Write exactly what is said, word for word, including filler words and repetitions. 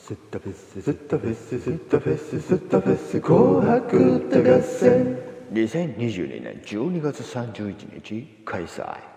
スッタフェススッタフェススッタフェススッタフェス紅白歌合戦にせんにじゅうにねんじゅうにがつさんじゅういちにち開催。